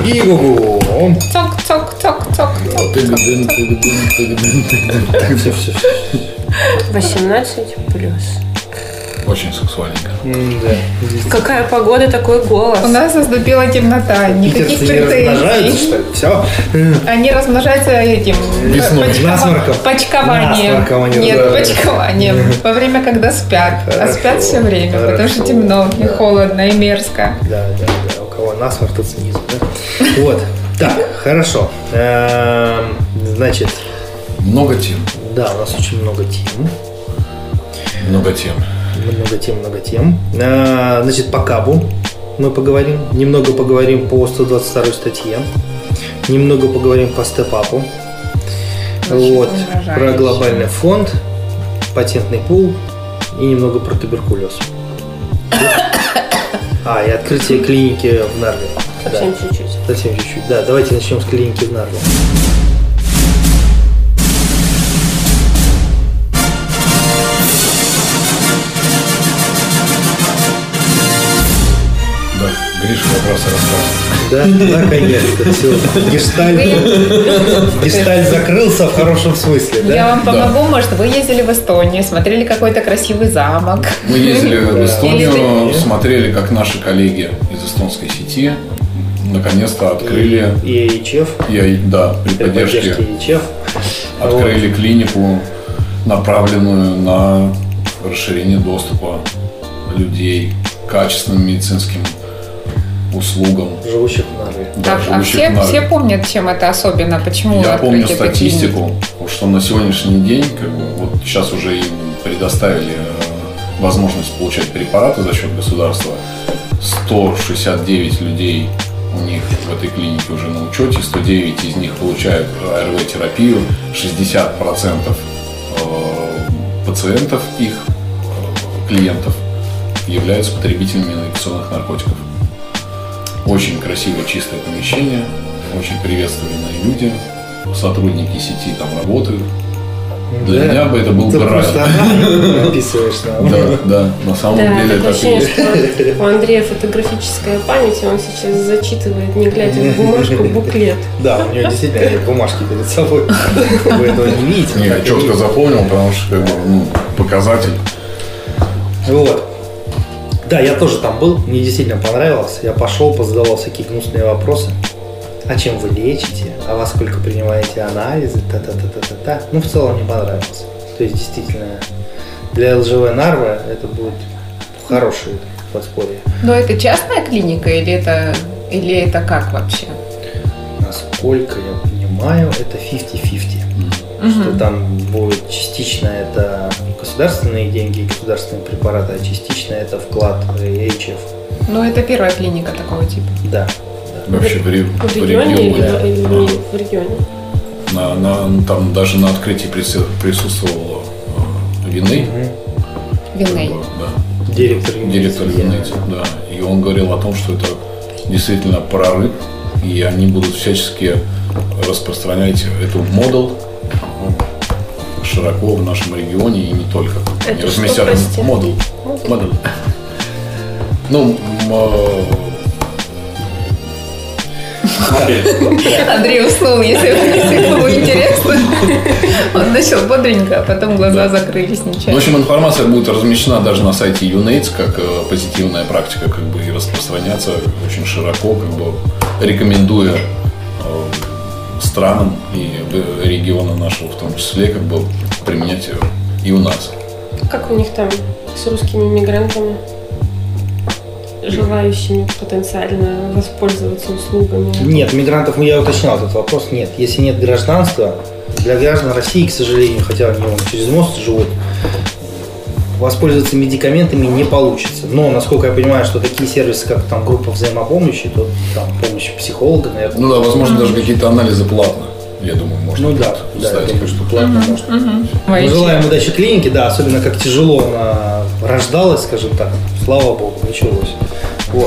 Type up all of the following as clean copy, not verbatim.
И-гу-гу. Цок-цок-цок-цок. 18 плюс. Очень сексуальненько. Да. Какая погода, такой голос. У нас наступила темнота, никаких Питерцы не размножаются, претензий. что ли? Все? Они размножаются этим Насморком. почкованием. Насморком они Нет, размножаются. почкованием. Во время, когда спят. А Хорошо, спят все время, потому что хорошо. темно и Да. холодно, и мерзко. Да. У кого насморк, тот снизу, да? Вот. Так, хорошо. Значит, Много тем. да, у нас очень много тем. Много тем. Много тем. Значит, по КАБу мы поговорим. Немного поговорим по 122 статье. Немного поговорим по степапу. Вот. угрожающе. Про глобальный фонд, патентный пул и немного про туберкулез. И открытие клиники в Нарве. Совсем Да. чуть-чуть. Совсем чуть-чуть. Да, давайте начнем с клиники в Нарве. Да, Гриша вопросы рассказывает. Да, наконец-то. Все. Гештальт закрылся в хорошем смысле, Я да? вам помогу, может, вы ездили в Эстонию, смотрели какой-то красивый замок. Мы ездили в Или Эстонию, смотрели, как наши коллеги из эстонской сети наконец-то открыли, И ИЧФ. при поддержке ИЧФ. открыли клинику, направленную на расширение доступа людей к качественным медицинским услугам. Живущих в Нарве. Да, А живущих в Нарве. все помнят, чем это особенно? Почему Я открыли помню эту статистику, что на сегодняшний день, вот сейчас уже им предоставили возможность получать препараты за счет государства. 169 людей у них в этой клинике уже на учете, 109 из них получают АРВ-терапию, 60% пациентов, их клиентов, являются потребителями инъекционных наркотиков. Очень красивое, чистое помещение, очень приветственные люди, сотрудники сети там работают. Для меня бы это был бы рай. Описываешь нам. Да, на самом Да, деле такое так и ощущение, есть. что у Андрея фотографическая память, и он сейчас зачитывает, не глядя в бумажку, буклет. Да, у него действительно нет бумажки перед собой. Вы этого не видите. Не, я четко запомнил, потому что показатель. Вот. Да, я тоже там был, мне действительно понравилось. Я пошел, позадавал всякие гнусные вопросы. А чем вы лечите? А во сколько принимаете анализы? Та-та-та-та-та-та. Ну, в целом мне понравилось. То есть, действительно, для ЛЖВ Нарвы это будет хорошее подспорье. Но это частная клиника или это как вообще? Насколько я понимаю, это 50-50. Что там будет частично это государственные деньги и государственные препараты, а частично это вклад ИЧФ. Ну, это первая клиника такого типа. Да. Вообще в В регионе регионе. или не в регионе? Там даже на открытии присутствовал Виней. Виней. Да. Директор Виней, да. И он говорил о том, что это действительно прорыв, и они будут всячески распространять эту модель широко в нашем регионе и не только. Это Они что, разместят прости? модель. Ну, Андрей уснул, если кому интересно. Он начал бодренько, а потом глаза закрылись в нечаянно. общем, информация будет размещена даже на сайте UNAIDS, как позитивная практика, как бы и распространяться очень широко, как бы рекомендуя странам и регионам нашего в том числе, как бы применять ее и у нас. Как у них там с русскими мигрантами, желающими потенциально воспользоваться услугами? Нет, мигрантов, я уточнял этот вопрос, нет. Если нет гражданства, для граждан России, к сожалению, хотя они через мост живут, воспользоваться медикаментами не получится. Но, насколько я понимаю, что такие сервисы, как там группа взаимопомощи, то там помощь психолога, наверное. Ну да, возможно, даже какие-то анализы платно, я думаю, можно. Ну да, я ставить. думаю, что платно можно. Мы Ой, желаем удачи клинике, да, особенно как тяжело она рождалась, скажем так. Слава богу, началось. Вот.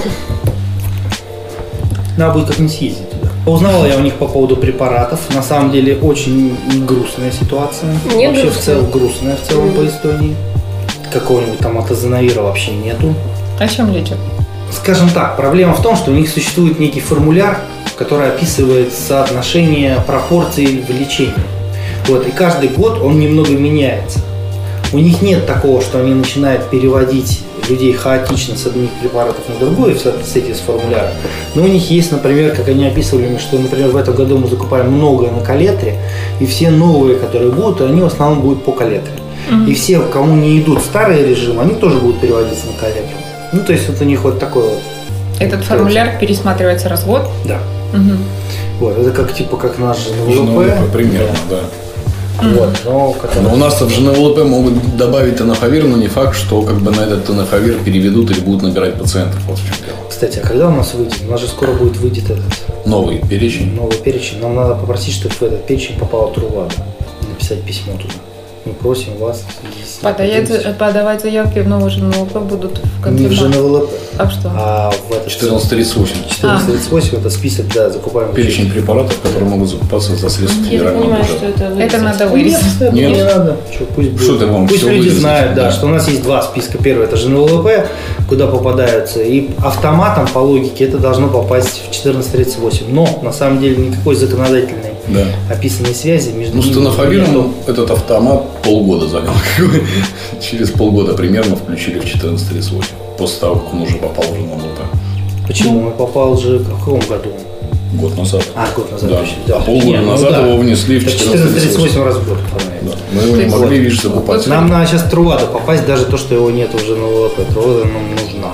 Надо будет как-нибудь съездить туда. Узнавал я у них по поводу препаратов. На самом деле очень грустная ситуация. Не вообще грустная. в целом грустная в целом по Эстонии. Какого-нибудь там атозанавира вообще нету. А чем лечат? Скажем так, проблема в том, что у них существует некий формуляр, который описывает соотношение пропорций в лечении. Вот, и каждый год он немного меняется. У них нет такого, что они начинают переводить людей хаотично с одних препаратов на другой в соответствии с формуляром. Но у них есть, например, как они описывали, что, например, в этом году мы закупаем много на калетре, и все новые, которые будут, они в основном будут по калетре. И все, кому не идут старый режим, они тоже будут переводиться на калетру. Ну, то есть вот у них вот такой вот. Этот формуляр пересматривается раз в год? Да. Угу. Вот, это как типа как наш ЖНВЛП. Примерно, да. Вот, но у нас в ЖНВЛП могут добавить тенофовир, но не факт, что как бы на этот тенофовир переведут или будут набирать пациентов. Вот в чем дело. Кстати, а когда у нас выйдет? У нас же скоро выйдет этот новый перечень. Новый перечень. Нам надо попросить, чтобы в этот перечень попала Трувада. Написать письмо туда. Мы просим вас. Подавать заявки в новый ЖНВЛП будут в конце не в ЖНВЛП, а что? А в этот 1438. 1438 это список, да, закупаемых. Перечень препаратов, которые могут закупаться за средства Я федерального понимаю, бюджета. что это надо вырезать. Нет, Нет. не надо. Пусть будет. Что ты вам Пусть всё люди вырезать, знают, да, да. что у нас есть два списка. Первый это ЖНВЛП, куда попадаются, и автоматом по логике это должно попасть в 1438. Но на самом деле никакой законодательной Да. описанной связи между Ну, с ними тенофовиром нету. этот автомат полгода занял. Через полгода примерно включили в 1438. После того, как он уже попал в ЖНВЛП. Почему? Он попал же в каком году? Год назад. Год назад. Да. точно. А полгода Нет, назад да. его внесли в 1438 1438. раз в год оформляется. Да. Мы его не могли, видишь, закупать. Нам надо сейчас Трувада попасть, даже то, что его нет уже на ВЛП. Трувада нам нужна.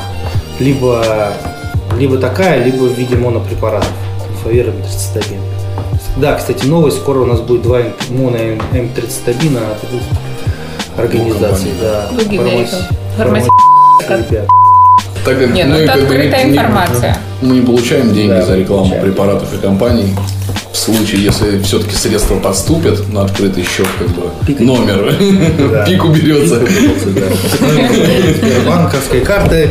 Либо такая, либо в виде монопрепаратов. Фавир М-30-стабин. Да, кстати, новость. Скоро у нас будет два моно М-30-стабина от двух организаций. Да. Ребят. Так как Нет, ну мы это как бы открытая информация. Мы не получаем деньги Да, за рекламу получаем. препаратов и компаний. В случае, если все-таки средства поступят на открытый счет, как бы Пик. номер, Да. пик уберется. Банковской карты.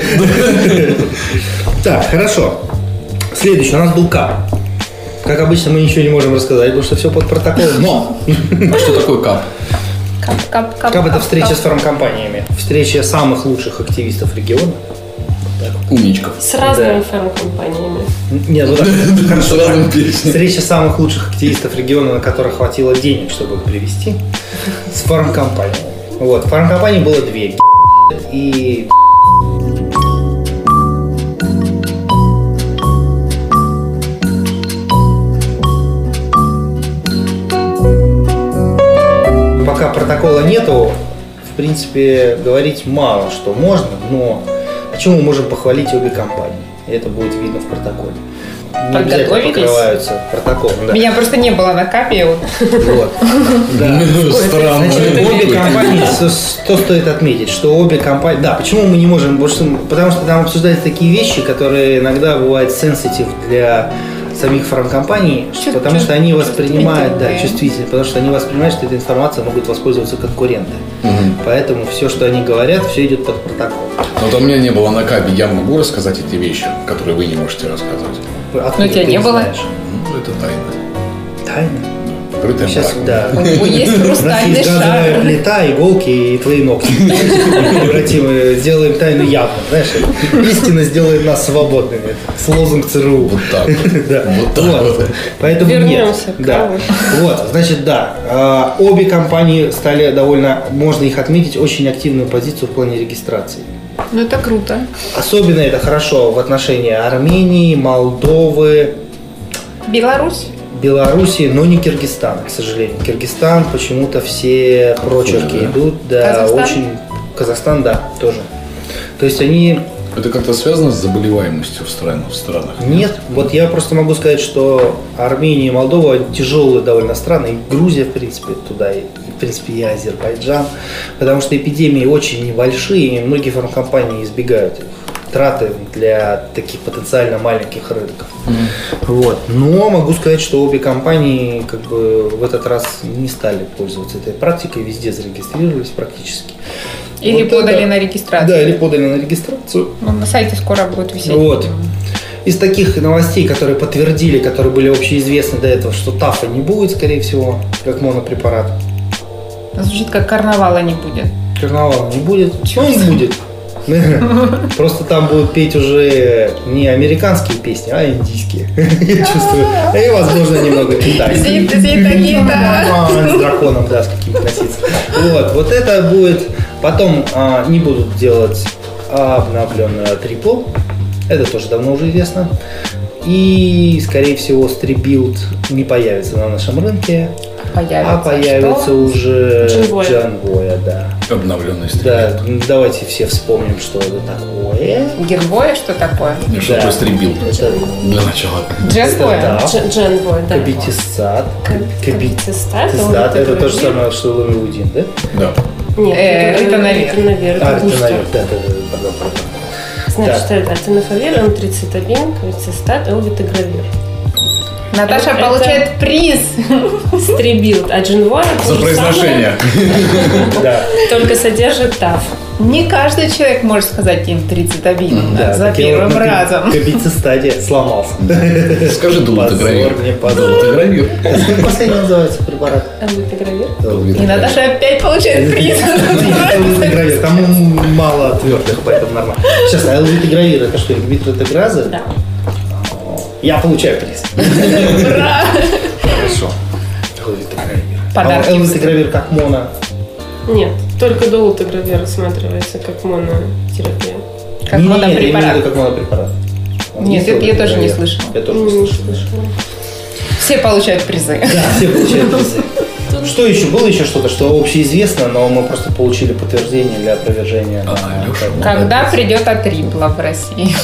Так, хорошо. Следующий у нас был КАП. Как обычно, мы ничего не можем рассказать, потому что все под протоколом. Но А что такое КАП? КАП – это встреча с фармкомпаниями. Встреча самых лучших активистов региона. Умничков. С разными фармкомпаниями. Нет, вот так, хорошо. С разным так. перечнем. Встреча самых лучших активистов региона, на которых хватило денег, чтобы их привести, с фармкомпаниями. Вот, фармкомпаний было две. И пока протокола нету, в принципе, говорить мало что можно, но о чем мы можем похвалить обе компании? И это будет видно в протоколе. Не обязательно Подготовились? покрываются протоколом. Да. Меня просто не было на КАПе. Вот. Вот. Да. Странно. Значит, обе компании, что стоит отметить, что обе компании, да, почему мы не можем, потому что там обсуждаются такие вещи, которые иногда бывают сенситив для самих фармкомпаний, потому что они воспринимают, да, чувствительно, потому что они воспринимают, что эта информация могут воспользоваться конкуренты. Поэтому все, что они говорят, все идет под протокол. Вот у меня не было на КАПе, я могу рассказать эти вещи, которые вы не можете рассказывать. Откуда тебя ты не их было? знаешь? Ну, это тайна. Тайна? Открытая Сейчас, брака. да. У него есть У нас хрустальный есть газовая шар. плита, иголки и твои ногти. Превратим, сделаем тайну явно, знаешь? Истина сделает нас свободными. С лозунг ЦРУ. Вот так. Да. Вот так Вот. вот. Поэтому Вернемся нет. к Да. кому. Вот, значит, да. Обе компании стали довольно, можно их отметить, очень активную позицию в плане регистрации. Ну это круто. Особенно это хорошо в отношении Армении, Молдовы, Беларусь? Белоруссии, но не Киргизстана, к сожалению. Киргизстан почему-то все прочерки Да. идут, да, Казахстан? очень. Казахстан, да, тоже. То есть они Это как-то связано с заболеваемостью в странах? нет. Вот я просто могу сказать, что Армения и Молдова тяжелые довольно страны, и Грузия, в принципе, туда, и в принципе и Азербайджан, потому что эпидемии очень небольшие, и многие фармкомпании избегают их. Траты для таких потенциально маленьких рынков. Вот. Но могу сказать, что обе компании как бы в этот раз не стали пользоваться этой практикой, везде зарегистрировались практически. Или Вот подали это- на регистрацию? Да, или подали на регистрацию. Ну, на сайте скоро будет висеть. Вот. Из таких новостей, которые подтвердили, которые были общеизвестны до этого, что ТАФа не будет, скорее всего, как монопрепарат. Звучит как карнавала не будет. Карнавала не будет. Он будет. Просто там будут петь уже не американские песни, а индийские. Я чувствую. И, возможно, немного китайские. С драконом, да, с каким-то носиться. Вот это будет. Потом не будут делать обновленную Triple. Это тоже давно уже известно. И, скорее всего, Streetbuild не появится на нашем рынке. Появится уже Джанвоя, да. Обновленный Streetbuild. Да, давайте все вспомним, что это такое. Гербоя что такое? Что такое Streetbuild? Для начала. Джанвоя. Джанвой, да. Кабитистат. Кабитистат. Это то же самое, что Ламиудин, да? Да. Нет, это наверх. Это бустер. наверх, да. Значит, это Альтенофавир, М31, Кабитистат, Элвит и Гравир. Наташа получает приз. Streetbuild, а Джанвой За произношение. Да. только содержит ТАФ. Не каждый человек может сказать им 31 Да, за так я первым вот на разом. Кабитистаде сломался. Скажи Позор, мне позор. Дулотогравир. Как последний называется препарат? Элвит и Гравир. И Наташа опять получает приз. Элвитогравир. Там мало твердых, поэтому нормально. Сейчас, а элвитогравир это что, ингибитор тетагразы? Да. Я получаю приз. Ура! Хорошо. Элвитогравир. Подарки. Элвитогравир как моно. Нет, только Долутогравир рассматривается как монотерапия. Как Не, я имею в монопрепарат. виду как монопрепарат. Он Нет, есть я тоже не элвитогравир? слышала. Я тоже не Не слышал. слышала. Все получают призы. Да, все получают призы. Что еще? Было еще что-то, что общеизвестно, но мы просто получили подтверждение для опровержения. Алёша. Когда придет Атрипла в России?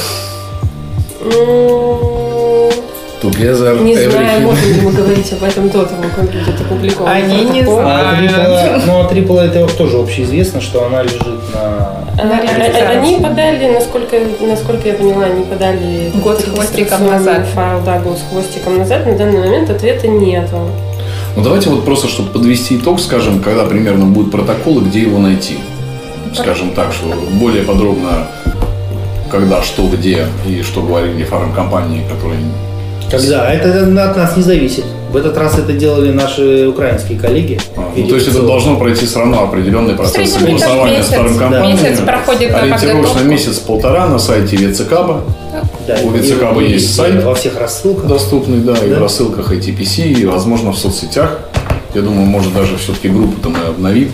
Together Не знаю, everything. можем ли мы говорить об этом до того, как будет опубликован Они не протокол. знают. А Трипла это тоже общеизвестно, что она лежит на... Они подали, насколько я поняла, они подали Год с хвостиком назад. файл, да, год с хвостиком назад. На данный момент ответа нету. Ну давайте вот просто, чтобы подвести итог, скажем, когда примерно будет протокол и где его найти. Скажем так, что более подробно, когда, что, где и что говорили фармкомпании, которые... Когда? Это от нас не зависит. В этот раз это делали наши украинские коллеги. Ну, то есть это должно пройти все равно определенный процесс среднем согласования с месяц, фармкомпаниями. месяц проходит на Ориентировочно подготовку. месяц-полтора на сайте Ветцекаба. Да, У Ветцекаба и- есть и сайт. Во всех рассылках. Доступный, да, и Да. в рассылках ITPC, и, возможно, в соцсетях. Я думаю, может, даже все-таки группу-то мы обновим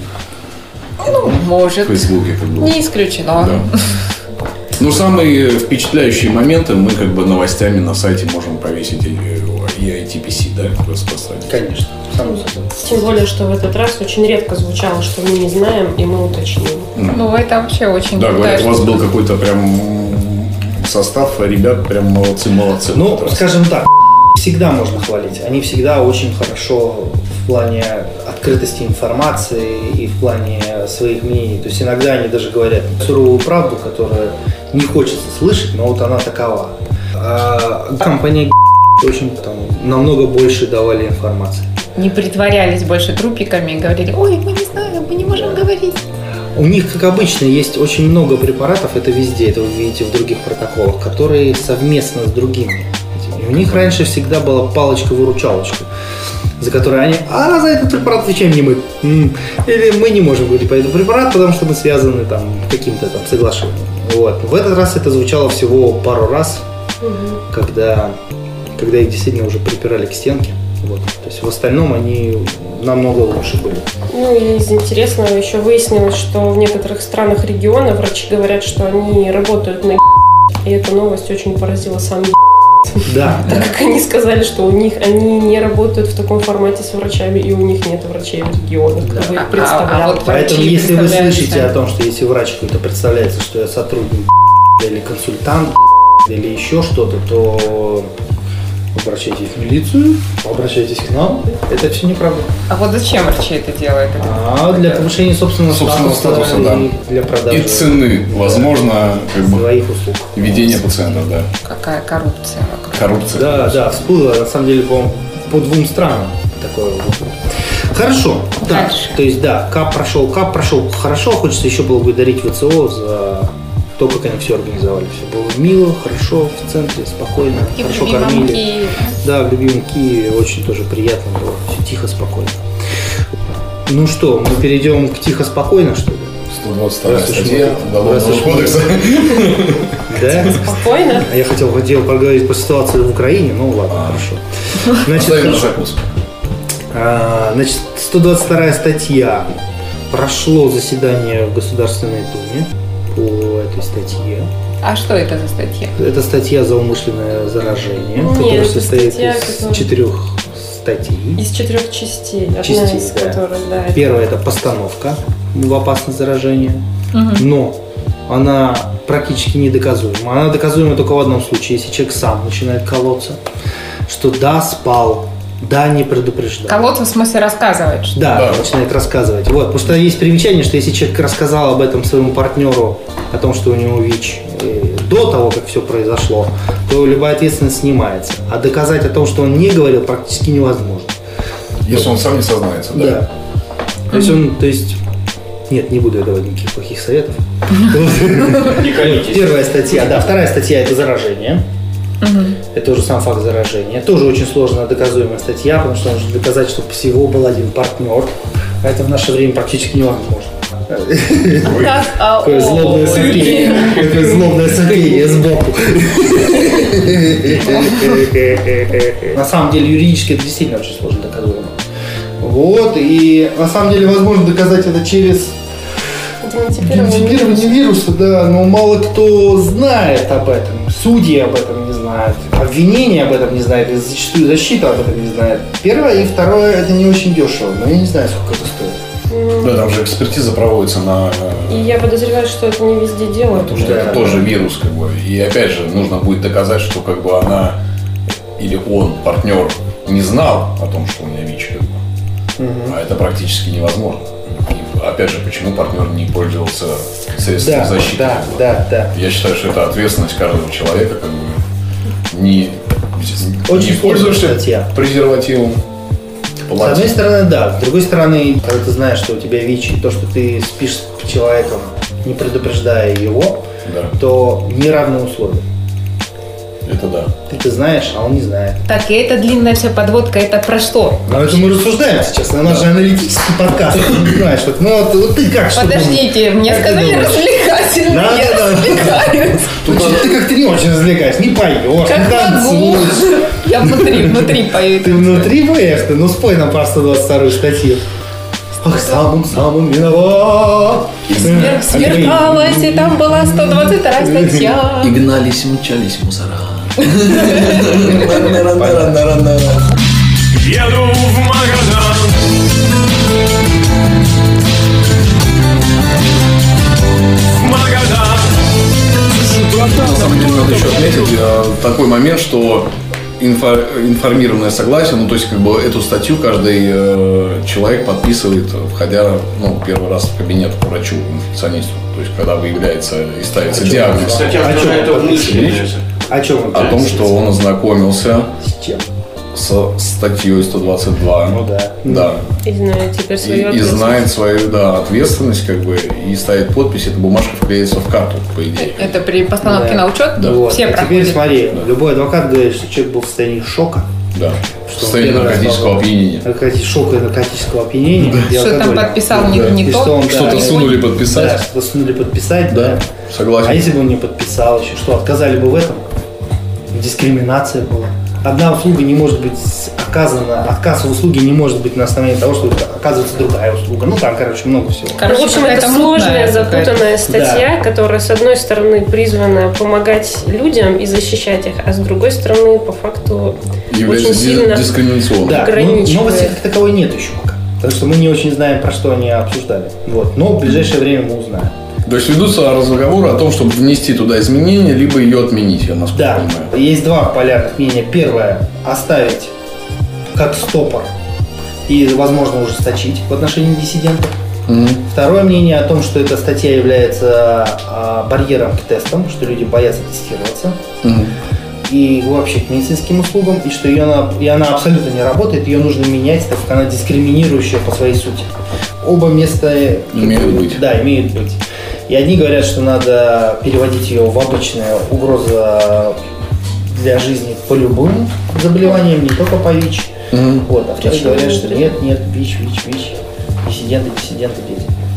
в Может. Фейсбуке. Как бы. Не исключено. Да. Ну, самые впечатляющие моменты мы как бы новостями на сайте можем повесить и ITPC, да, распространить. Конечно, само собой. Тем более, что в этот раз очень редко звучало, что мы не знаем, и мы уточним. Ну, это вообще очень Да, крутая говорят, у вас штука. был какой-то прям состав ребят, прям молодцы. Ну, скажем так, всегда можно хвалить. Они всегда очень хорошо в плане открытости информации и в плане своих мнений. То есть иногда они даже говорят суровую правду, которую не хочется слышать, но вот она такова. А компания очень там намного больше давали информации. Не притворялись больше трупиками и говорили: ой, мы не знаем, мы не можем говорить. У них, как обычно, есть очень много препаратов, это везде, это вы видите в других протоколах, которые совместно с другими. И у них раньше всегда была палочка-выручалочка, за которой они: а за этот препарат отвечаем не мы. Или мы не можем говорить по этому препарату, потому что мы связаны там каким-то там соглашением. Вот. В этот раз это звучало всего пару раз, когда их действительно уже припирали к стенке. Вот. То есть в остальном они намного лучше были. Ну и из интересного еще выяснилось, что в некоторых странах региона врачи говорят, что они работают на и эта новость очень поразила сам Да. так как они сказали, что у них они не работают в таком формате с врачами, и у них нет врачей в регионах, кто бы их представлял. вот Поэтому, врачи если вы представляются. слышите о том, что если врач какой-то представляется, что я сотрудник или консультант или еще что-то, то обращайтесь в милицию, обращайтесь к нам. Это все неправда. А вот зачем врачи это делают? А для повышения собственного статуса, и да. для продажи И цены, возможно, как бы своих услуг. ведение пациентов, да. Какая коррупция вокруг. Коррупция. Да, всплыло, на самом деле, по-моему, по 2 странам такое. Хорошо. Так, Дальше. то есть, да, КАП прошел хорошо. Хочется еще благодарить ВЦО за то, как они все организовали. Все было мило, хорошо, в центре, спокойно, И в хорошо любимом кормили. Киеве. Да, в любимом Киеве очень тоже приятно было. Все тихо, спокойно. Ну что, мы перейдем к тихо, спокойно, что ли? 122 статья Уголовного кодекса. Да? Спокойно. А я хотел поговорить по ситуации в Украине, ну ладно, хорошо. Оставим на закуску. Значит, 122 статья. Прошло заседание в Государственной Думе по этой статье. А что это за статья? Это статья за умышленное заражение, Нет, которая это состоит статья, из которая- 4 статей. Из 4 частей. Одна Частей, из да. которых, да. Первая – это постановка в опасность заражения, но она практически недоказуема. Она доказуема только в одном случае, если человек сам начинает колоться, что да, спал, да, не предупреждал. Колоться в смысле рассказывать, что Да, Да. начинает рассказывать. Вот, потому что есть примечание, что если человек рассказал об этом своему партнеру, о том, что у него ВИЧ, до того, как все произошло, то любая ответственность снимается. А доказать о том, что он не говорил, практически невозможно. Если он сам не сознается, да? Да. То есть, нет, не буду я давать никаких плохих советов. Не колитесь. Первая статья, да. Вторая статья – это заражение. Это уже сам факт заражения. Тоже очень сложно доказуемая статья, потому что нужно доказать, что всего был один партнер. А это в наше время практически невозможно. Такое злобное сопение. Такое злобное сопение сбоку. На самом деле юридически это действительно очень сложно доказуемо. Вот, и на самом деле возможно доказать это через генетикирование вируса, да, но мало кто знает об этом. Судьи об этом не знают, обвинения об этом не знают, и зачастую защита об этом не знает. Первое и второе, это не очень дешево, но я не знаю, сколько это стоит. Да, там же экспертиза проводится на... И я подозреваю, что это не везде делают. Потому что это тоже вирус, как бы. И опять же, нужно будет доказать, что как бы она или он, партнер, не знал о том, что у меня ВИЧ, как бы. А это практически невозможно. И опять же, почему партнер не пользовался средствами защиты? Да, как бы. да. Я считаю, что это ответственность каждого человека, как бы не Очень пользуешься сложная статья. презервативом. С одной стороны, да. С другой стороны, когда ты знаешь, что у тебя ВИЧ, и то, что ты спишь с человеком, не предупреждая его, Да, то неравные условия. это да. Ты знаешь, а он не знает. Так, и эта длинная вся подводка, это про что? Но это мы рассуждаем сейчас. У нас же аналитический подкаст. Ты не понимаешь, вот ты как что Подождите, мне Как ты сказали думаешь? развлекательно, Да, я да, да. развлекаюсь. думаешь? Ты как-то не очень развлекаешь, не поешь, Как не могу. танцуешь. Я внутри пою. Ты внутри поешь, ты, ну спой нам про 122 статью. Ах, самым виноват. Сверкалась, и там была 122 статья. И гнались, мчались мусора. Еду в Магадан. В Магадан. На самом деле надо еще отметить такой момент, что информированное согласие, ну то есть как бы эту статью каждый человек подписывает, входя первый раз в кабинет к врачу, инфекционисту. То есть когда выявляется и ставится диагноз Кстати, А чё это вы мысли. О чем он? о том, что он ознакомился С чем? с статьей 122. Ну да. Да. И знает теперь свою И ответственность. знает свою, да, ответственность, как бы, и ставит подпись, эта бумажка вклеится в карту, по идее. Это при постановке Да. на учет Да. Вот. все А теперь проходят. смотри, любой адвокат говорит, что человек был в состоянии шока. Да. Что Состояние он первый раз наркотического попал. опьянения. Шока и наркотического опьянения. и Что там алкоголя. подписал не И то? что он, да, Что-то и- сунули подписать. Да, что-то сунули подписать, Да, да. согласен. А если бы он не подписал еще, что, отказали бы в этом? Дискриминация была. Одна услуга не может быть оказана, отказ в услуге не может быть на основании того, что оказывается другая услуга. Ну, там, короче, много всего. В общем, это какая-то сложная, мутная запутанная статья, которая, с одной стороны, призвана помогать людям и защищать их, а с другой стороны, по факту, Является очень сильно... дискриминационным. Да, ограничивает. новости как таковой нет еще пока. Потому что мы не очень знаем, про что они обсуждали. Вот. Но в ближайшее время мы узнаем. То есть ведутся разговоры о том, чтобы внести туда изменения, либо ее отменить, я насколько Да, понимаю. есть два полярных мнения. Первое – оставить как стопор и, возможно, ужесточить в отношении диссидентов. Мгм. Второе мнение о том, что эта статья является барьером к тестам, что люди боятся тестироваться Мгм. и вообще к медицинским услугам, и что она абсолютно не работает, ее нужно менять, так как она дискриминирующая по своей сути. Оба места Имеют быть. Да, имеют быть. И одни говорят, что надо переводить ее в обычную угрозу для жизни по любым заболеваниям, не только по ВИЧ. Мгм. Вот, а вторые Почему? говорят, что нет, ВИЧ, диссиденты, дети.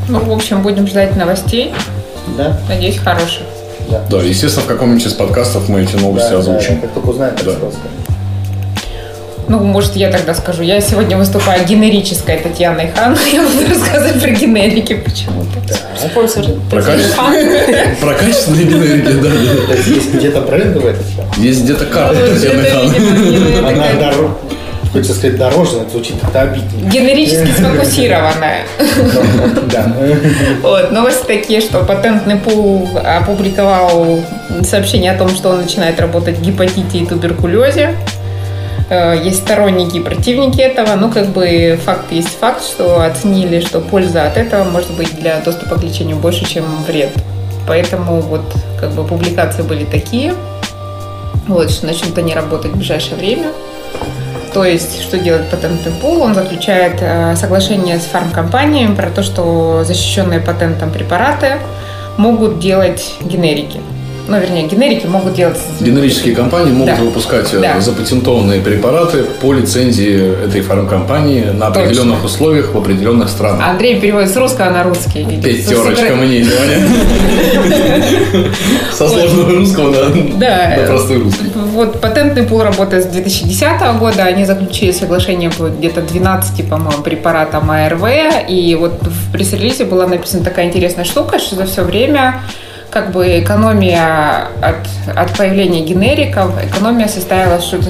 Ну, в общем, будем ждать новостей. Да? Надеюсь, хороших. Да. Да, естественно, в каком-нибудь из подкастов мы эти новости озвучим. Как только узнаем, так Да. сразу скажем. Ну, может, я тогда скажу. Я сегодня выступаю генерической Татьяной Хан. Я буду рассказывать про генерики почему-то. Спонсор. Про качественные генерики, да. То есть есть где-то брендовая Татьяна. Есть где-то карта Ну, Татьяны это, Хан. видимо, Она такая хочется сказать дороже, но это звучит как-то обиднее. генерически сфокусированная. Да. Вот, новости такие, что патентный пул опубликовал сообщение о том, что он начинает работать в гепатите и туберкулезе. Есть сторонники и противники этого, но как бы факт есть факт, что оценили, что польза от этого может быть для доступа к лечению больше, чем вред. Поэтому вот как бы публикации были такие, вот, что начнут они работать в ближайшее время. То есть, что делает патентный пул? Он заключает соглашение с фармкомпаниями про то, что защищенные патентом препараты могут делать генерики. Ну, вернее, генерики могут делать... Генерические компании могут Да. выпускать Да. запатентованные препараты по лицензии этой фармкомпании на Точно. определенных условиях в определенных странах. Андрей переводит с русского на русский. Пятерочка мне, Ваня. Со сложного русского Да. на простой русский. Вот патентный пул работает с 2010 года. Они заключили соглашение по где-то 12, по-моему, препаратам АРВ. И вот в пресс-релизе была написана такая интересная штука, что за все время как бы экономия от появления генериков, экономия составила что-то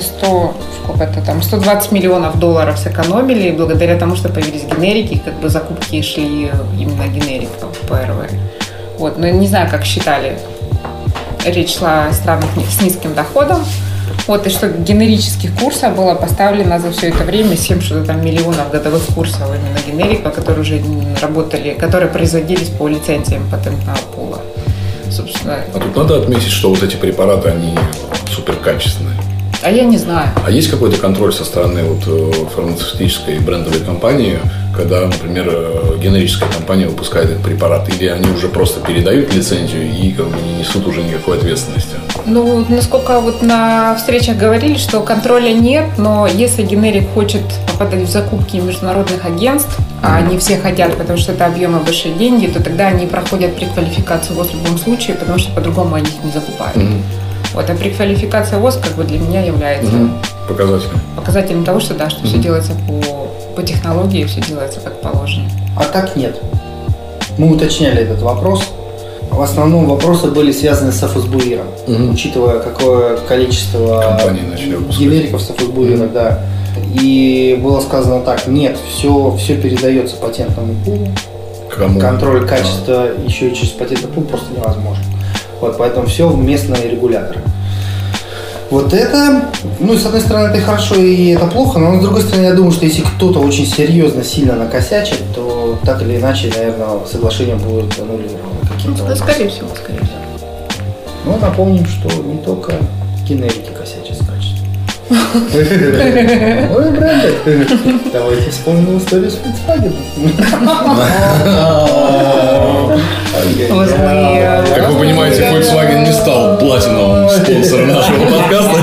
120 миллионов долларов сэкономили, и благодаря тому, что появились генерики, как бы закупки шли именно генериков по РВ. Вот, но не знаю, как считали. Речь шла о странах с низким доходом. Вот, и что генерических курсов было поставлено за все это время 7 что-то там миллионов годовых курсов именно генериков, которые уже работали, которые производились по лицензиям патентного пула. Собственно. А тут надо отметить, что вот эти препараты, они суперкачественные. А я не знаю. А есть какой-то контроль со стороны вот фармацевтической брендовой компании, когда, например, генерическая компания выпускает этот препарат, или они уже просто передают лицензию и как бы не несут уже никакой ответственности? Ну, насколько вот на встречах говорили, что контроля нет, но если генерик хочет попадать в закупки международных агентств, а они все хотят, потому что это объемы большие деньги, то тогда они проходят преквалификацию ВОЗ в любом случае, потому что по-другому они их не закупают. Вот, а преквалификация ВОЗ как бы для меня является показателем того, что да, что все делается по технологии, все делается как положено. А так нет. Мы уточняли этот вопрос. В основном вопросы были связаны с ФСБУИРом. Учитывая, какое количество генериков с ФСБУИРа, да. И было сказано так: нет, все передается патентному пулу. Контроль качества еще и через патентный пул просто невозможно. Вот, поэтому все в местные регуляторы. Вот это, ну, с одной стороны, это и хорошо, и это плохо, но с другой стороны, я думаю, что если кто-то очень серьезно, сильно накосячит, то так или иначе, наверное, соглашение будет аннулировано каким-то образом. Скорее всего. Ну, напомним, что не только генерики косячат с качеством. Ой, бренды. Давайте вспомним историю с Volkswagen. Как вы понимаете, Volkswagen не стал платиновым спонсором нашего подкаста.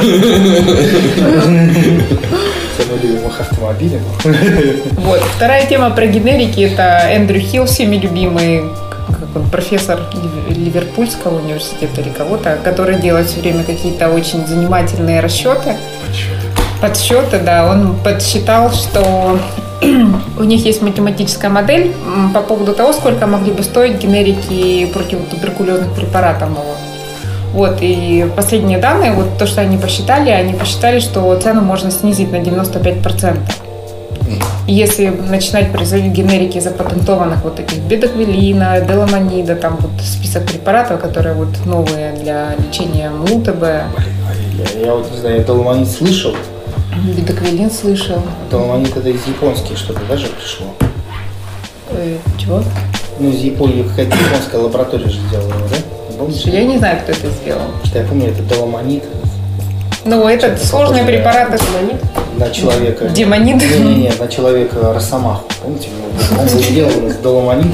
Тема любимых автомобилей. Вот. Вторая тема про генерики – это Эндрю Хилл, всеми любимый профессор Ливерпульского университета или кого-то, который делает все время какие-то очень занимательные расчеты. Подсчеты, да. Он подсчитал, что у них есть математическая модель по поводу того, сколько могли бы стоить генерики противотуберкулезных препаратов новых. Вот, и последние данные, вот то, что они посчитали, что цену можно снизить на 95%. Если начинать производить генерики запатентованных вот таких бедоквилина, деламонида, там вот список препаратов, которые вот новые для лечения МЛУ-ТБ. Я вот не знаю, я деламонид слышал. Бедоквилин слышал. Деламонид это из японских что-то даже пришло. Чего? Ну, из Японии какая-то японская лаборатория же делала его, да? Помнишь? Я не знаю, кто это сделал. Что я помню, это деламонид. Ну, этот сложные препараты. На человека. Демонид? Не, на человека Росомаху. Помните, он был сделан из деламонида.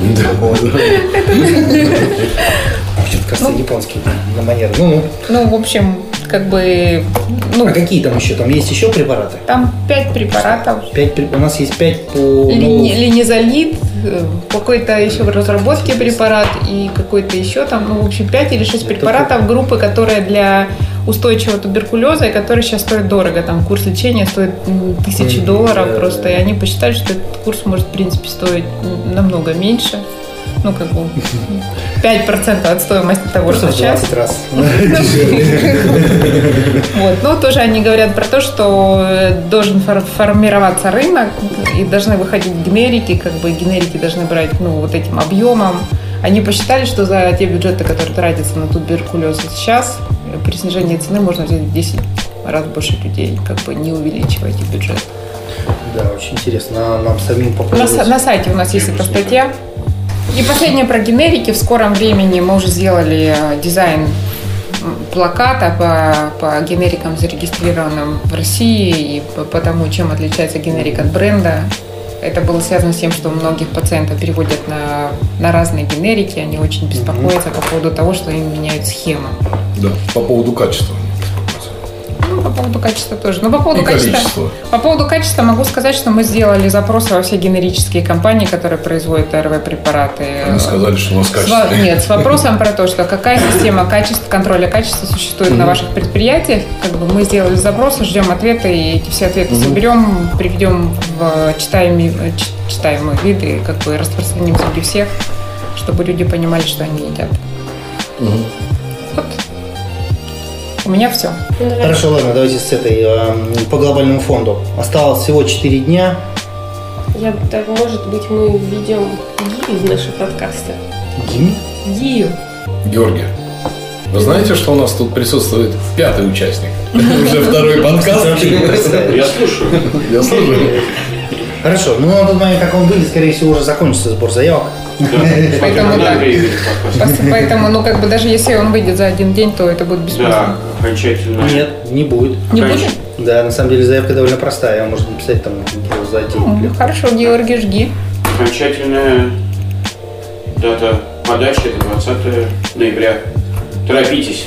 Кажется, японский на манер. Ну, в общем, как бы... А какие там еще? Там есть еще препараты? Там 5 препаратов. У нас есть 5 по... Линизолид, какой-то еще в разработке препарат и какой-то еще там, ну, в общем, 5 или 6 препаратов группы, которые для устойчивого туберкулеза, и которые сейчас стоят дорого. Там курс лечения стоит $1000 просто, и они посчитали, что этот курс может, в принципе, стоить намного меньше. Ну, как бы 5% от стоимости того, что сейчас. 20 раз. Вот. Но тоже они говорят про то, что должен формироваться рынок, и должны выходить генерики, как бы генерики должны брать, ну, вот этим объемом. Они посчитали, что за те бюджеты, которые тратятся на туберкулез сейчас, при снижении цены можно взять в 10 раз больше людей, как бы не увеличивая эти бюджеты. Да, очень интересно. Нам самим попробовать. На сайте у нас есть эта статья. И последнее про генерики. В скором времени мы уже сделали дизайн плаката по генерикам, зарегистрированным в России, и по тому, чем отличается генерик от бренда. Это было связано с тем, что многих пациентов переводят на разные генерики. Они очень беспокоятся по поводу того, что им меняют схемы. Да, по поводу качества. Ну, по поводу качества тоже. Но по поводу количества. По поводу качества могу сказать, что мы сделали запросы во все генерические компании, которые производят ОРВ-препараты. Они сказали, что у нас качество. Нет, с вопросом про то, что какая система контроля качества существует на ваших предприятиях. Как бы мы сделали запросы, ждем ответы, и эти все ответы соберем, приведем в читаемые виды, как бы распространим среди всех, чтобы люди понимали, что они едят. Вот. У меня все. Хорошо, ладно, давайте с этой по глобальному фонду. Осталось всего 4 дня. Так, может быть, мы введем Гию в наши подкасты. Гию. Георгий, вы знаете, что у нас тут присутствует 5-й участник? Уже второй подкаст. Я слушаю. Я слушаю. Хорошо, ну на тот момент, как он выйдет, скорее всего, уже закончится сбор заявок. Поэтому, ну, как бы даже если он выйдет за один день, то это будет бесполезно. Да, окончательно. Нет, не будет. Не будет? Да, на самом деле заявка довольно простая, можно написать там за день. Ну, хорошо, Георгий, жги. Окончательная дата подачи это 20 ноября. Торопитесь.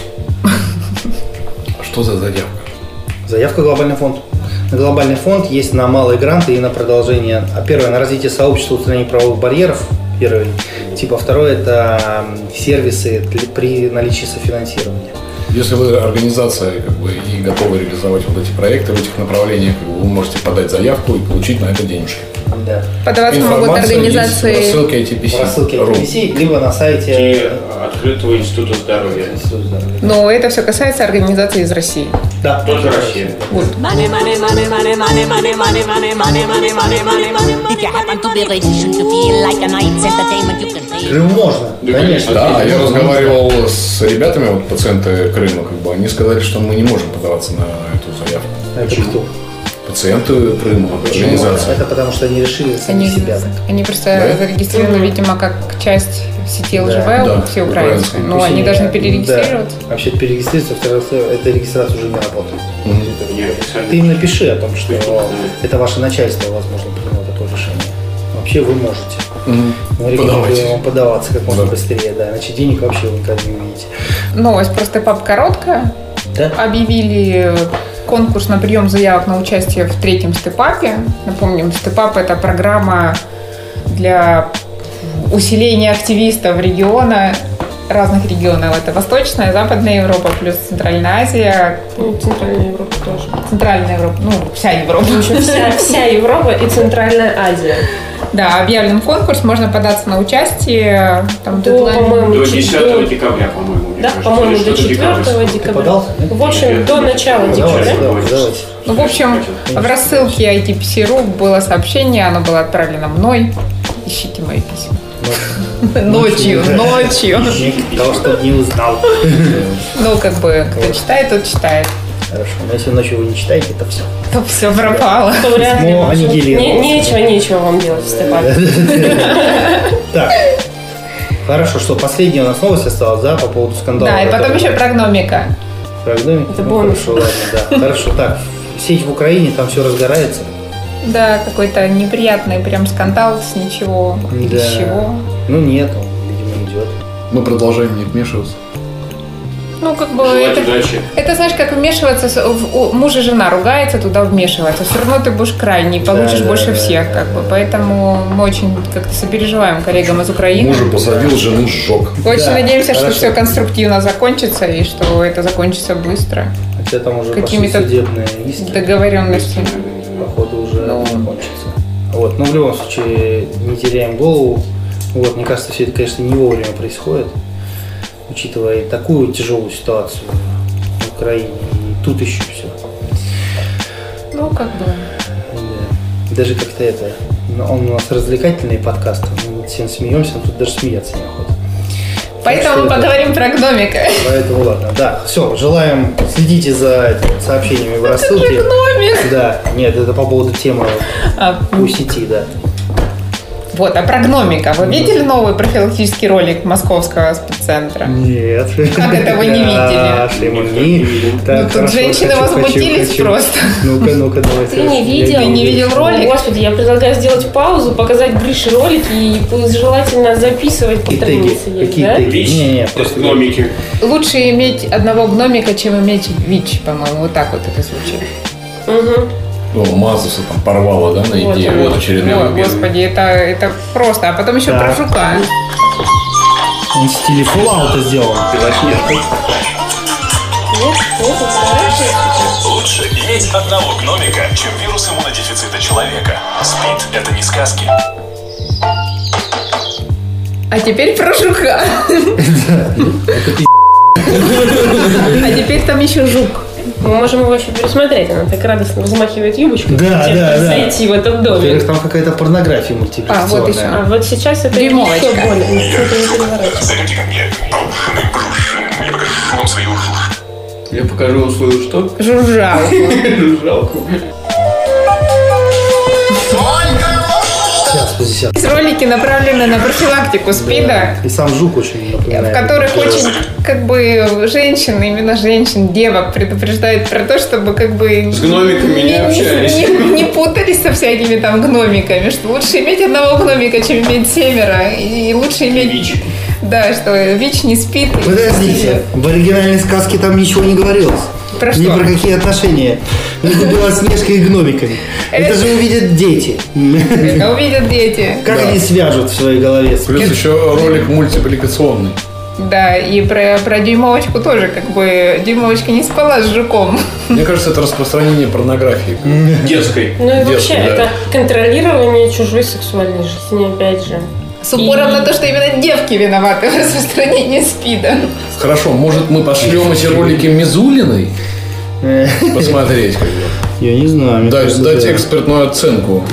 Что за заявка? Заявка в глобальный фонд. На глобальный фонд есть на малые гранты и на продолжение. Первое, на развитие сообщества, устранение правовых барьеров. Первый. Типа второе, это сервисы при наличии софинансирования. Если вы организация как бы, и готовы реализовать вот эти проекты в этих направлениях, как бы, вы можете подать заявку и получить на это денежки. Да. Подаваться могут организации. Есть в рассылке ITPC. Рассылки ITPC, либо на сайте Открытого института здоровья. Но это все касается организаций из России. Да, Только Россия. Вот. Money, money, money, money, money, money, money, money, money, money, money, money, money. If you happen to be rich and you feel like a night's entertainment, you can pay. Крым можно, Да, конечно. Да, я разговаривал с ребятами, вот пациенты Крыма, как бы, они сказали, что мы не можем подаваться на эту заявку. Это кто? Пациенты Крыма, организация. Это потому что они решили сами себя. Они просто Да? зарегистрированы, видимо, как часть сети ЛЖВ, Да, всеукраинской. Но Пусть они должны перерегистрироваться. Да. Вообще перерегистрироваться, второе, эта регистрация уже не работает. Неофициально. Ты им напиши о том, что это ваше начальство, возможно, приняло такое решение. Вообще вы можете. Мы рекомендуем вам подаваться как можно быстрее, да, иначе денег вообще вы никогда не увидите. Новость про степап короткая. Да? Объявили конкурс на прием заявок на участие в 3-м степапе. Напомним, степап – это программа для усиления активистов региона, разных регионов. Это Восточная, Западная Европа, плюс Центральная Азия. Ну, Центральная Европа тоже. Центральная Европа, ну, вся Европа. Еще вся Европа и Центральная Азия. Да, объявлен конкурс, можно податься на участие. Там До, дедлайн. по-моему, До 10 декабря, по-моему. мне Да, кажется, по-моему, или до что-то 4 декабрьское. декабря. подался, нет? В общем, до начала Давайте, декабря. давайте. Ну, в общем, в рассылке ITPC.ru было сообщение, оно было отправлено мной. Ищите мои письма. Ночью. Того, что не узнал. Ну, как бы, кто читает, тот читает. Хорошо, но если ночью вы не читаете, то все. То все пропало. То вряд ли. Ну, аннигилировалось. Нечего вам делать в степапе. Так. Хорошо, что последняя у нас новость осталась, да, по поводу скандала. Да, и потом еще про гномика. Про гномик? Это Ну, бонус. Хорошо, ладно, да. Хорошо, так. Сеть в Украине, там все разгорается. Да, какой-то неприятный прям скандал с ничего. Или с чего. Ну нет, он, видимо, идет. Мы продолжаем не вмешиваться. Ну, как бы Желать удачи. это, знаешь, как вмешиваться, муж и жена ругается, туда вмешиваться. Все равно ты будешь крайний, получишь больше всех, как бы. Поэтому мы очень как-то сопереживаем коллегам из Украины. Мужа посадил, жену сжег. Очень надеемся, что хорошо. все конструктивно закончится и что это закончится быстро. Хотя там уже пошли Какими-то судебные иски. договоренностями. Походу уже закончится. Вот, но в любом случае не теряем голову. Вот, мне кажется, все это, конечно, не вовремя происходит, учитывая и такую тяжелую ситуацию в Украине, и тут еще все. Ну, как бы. Да. Даже как-то это, он у нас развлекательный подкаст, мы всем смеемся, но тут даже смеяться неохота. Поэтому мы поговорим про гномика. Поэтому ладно, да, все, желаем, следите за этим, сообщениями в рассылке. Это же гномик. Да, нет, это по поводу темы у сети, да. Вот, а про гномика. Вы видели новый профилактический ролик московского спеццентра? Нет. Как это вы не видели? Так, Тут хорошо, женщины хочу, возмутились хочу. просто. Ну-ка, давай. Ты не видел? Ты не видел ролик? Господи, я предлагаю сделать паузу, показать Грише ролики и желательно записывать по Какие странице. теги? есть, Какие да? теги? Вич, Не, просто гномики. Лучше иметь одного гномика, чем иметь ВИЧ, по-моему. Вот так вот это звучит. Угу. Ну, Мазуса там порвало, да, на Вот, идею вот. очередной Ой, момент. господи, это просто. А потом еще Да. про жука. он в стиле Fallout сделан. Лучше иметь одного гномика, чем вирус иммунодефицита человека. СПИД – это не сказки. А теперь про жука. А теперь там еще жук. Мы можем его еще пересмотреть, она так радостно взмахивает юбочкой. Да, перед тем, да, как да. зайти в этот домик. Во-первых, там какая-то порнография мультипликационная. А, вот еще. А вот сейчас это Дюймовочка. еще более. Что-то не переворачивается. Зайдите ко мне, брошенный брошенный. Я покажу вам свою жуж. Я покажу вам свою что? Жужжалку. Жужжалку. Сейчас. Есть ролики, направленные на профилактику СПИДа, И сам жук очень в напоминает. которых очень, как бы, женщины, именно женщин, девок предупреждают про то, чтобы, как бы... С гномиками не общались. Не путались со всякими там гномиками, что лучше иметь одного гномика, чем иметь 7, и лучше иметь... ВИЧ. Да, что ВИЧ не спит. и Подождите, в оригинальной сказке там ничего не говорилось. Про Ни что? про какие отношения между Белоснежкой и гномиками. Это же увидят дети. Это увидят дети. Как они свяжут в своей голове? Плюс еще ролик мультипликационный. Да, и про дюймовочку тоже, как бы, дюймовочка не спала с жуком. Мне кажется, это распространение порнографии. Детской. Ну и вообще, Детский, да. это контролирование чужой сексуальной жизни, опять же. С упором на то, что именно девки виноваты в распространении СПИДа. Хорошо, может мы пошлем эти ролики Мизулиной посмотреть? Как бы. Я не знаю. мне кажется, Дать да. экспертную оценку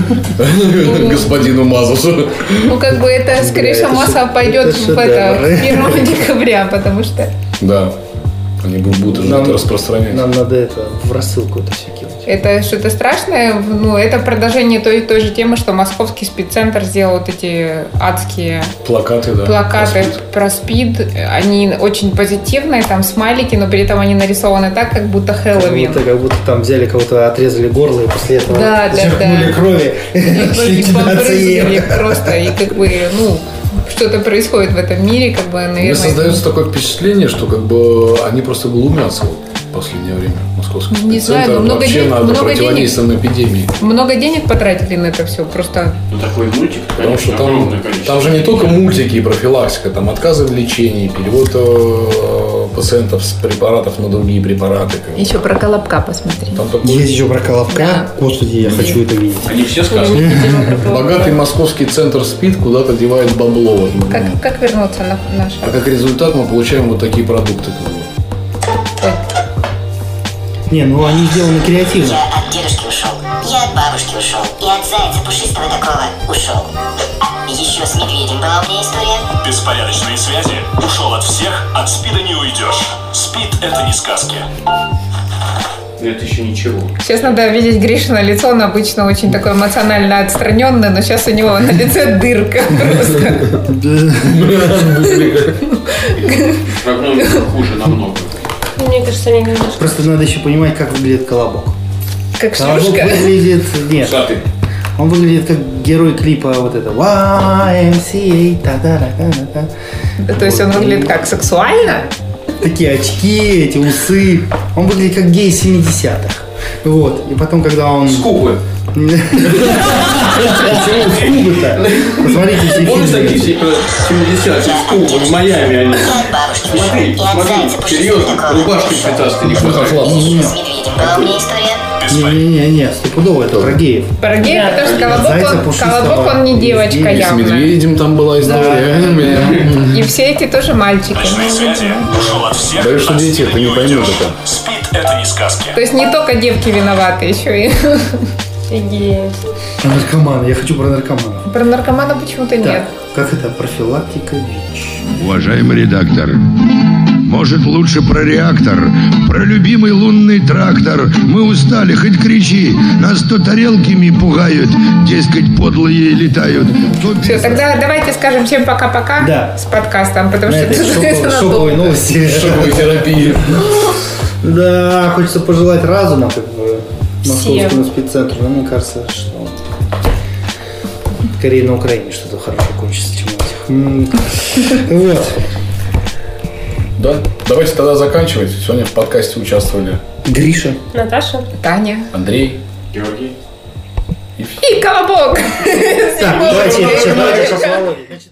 господину Мазусу. Ну, как бы это, скорее всего, это массово ш- пойдет это в это, шедевр. 1 декабря, потому что... Да, они будут уже Нам- это распространять. Нам надо это в рассылку это все кинуть. Это что-то страшное, ну, это продолжение той же темы, что московский спеццентр сделал вот эти адские Плакаты, да. плакаты про СПИД. Они очень позитивные, там смайлики, но при этом они нарисованы так, как будто Хэллоуин. Как будто там взяли кого-то, отрезали горло и после этого Да, да, зеркнули да. крови и шли И кидаться побрызгали ей. просто, и как бы, ну, что-то происходит в этом мире, как бы, наверное... Мне создается такое впечатление, что как бы они просто глумятся вот в последнее время. Московский Не знаю, спеццентр но много вообще денег- надо много противодействовать эпидемии. Много денег потратили на это все, просто... Ну такой мультик, Потому что конечно, огромное количество. там же не только мультики и профилактика, там отказы в лечении, перевод пациентов с препаратов на другие препараты. как бы. Еще про Колобка посмотри. Там такой Есть еще про Колобка. Господи, я хочу это видеть. Они все сказки. богатый московский центр СПИД куда-то девает бабло. Вот. Как вернуться на наш... А как результат мы получаем вот такие продукты. как бы. Не, ну они сделаны креативно. Я от дедушки ушел, я от бабушки ушел, и от зайца пушистого такого ушел. Еще с медведем была у меня история. Беспорядочные связи. Ушел от всех, от СПИДа не уйдешь. СПИД – это не сказки. Это еще ничего. Сейчас надо видеть Гришина лицо, он обычно очень такой эмоционально отстраненный, но сейчас у него на лице дырка просто. Про гномика хуже намного. Мне кажется, они немножко... Просто надо еще понимать, как выглядит Колобок. Как Колобок шлюшка. выглядит... Нет, Усатый. он выглядит как герой клипа вот это YMCA. Та-да-да-да-да. То есть он выглядит как сексуально? Такие очки, эти усы. Он выглядит как гей 70-х. Вот. И потом, когда он... Скупы. Почему скубы-то? Посмотрите все Помнишь фильмы. такие 70-е скупы в Майами они? Смотри, серьезно, рубашки цветастые, не хватает. С медведем была у меня история. Не-не-не, стопудово это про геев. Про гея, потому что Зайца пушистого. Колобок, он не девочка С С явно. медведем там была история. И все эти тоже мальчики. Ночной связи ушел от всех. Боюсь, что дети это не поймут это. Спит это не сказки. То есть не только девки виноваты, еще и... Офигеть. А наркоманы, я хочу про наркоманов. Про наркомана почему-то нет. Так, как это? Профилактика ВИЧ. Уважаемый редактор, может лучше про реактор, про любимый лунный трактор. Мы устали, хоть кричи, нас то тарелками пугают, дескать, подлые летают. Все, тогда давайте скажем всем пока-пока Да. с подкастом, потому что Это это шоковые новости. Шоковой терапии. Да, хочется пожелать разума, как бы, московскому Всем. спеццентру, но мне кажется, что скорее на Украине что-то хорошее кончится, чем у этих. Вот. Да, давайте тогда заканчивать. Сегодня в подкасте участвовали Гриша. Наташа? Таня. Андрей. Георгий. И Колобок. Так, давайте сейчас Володя.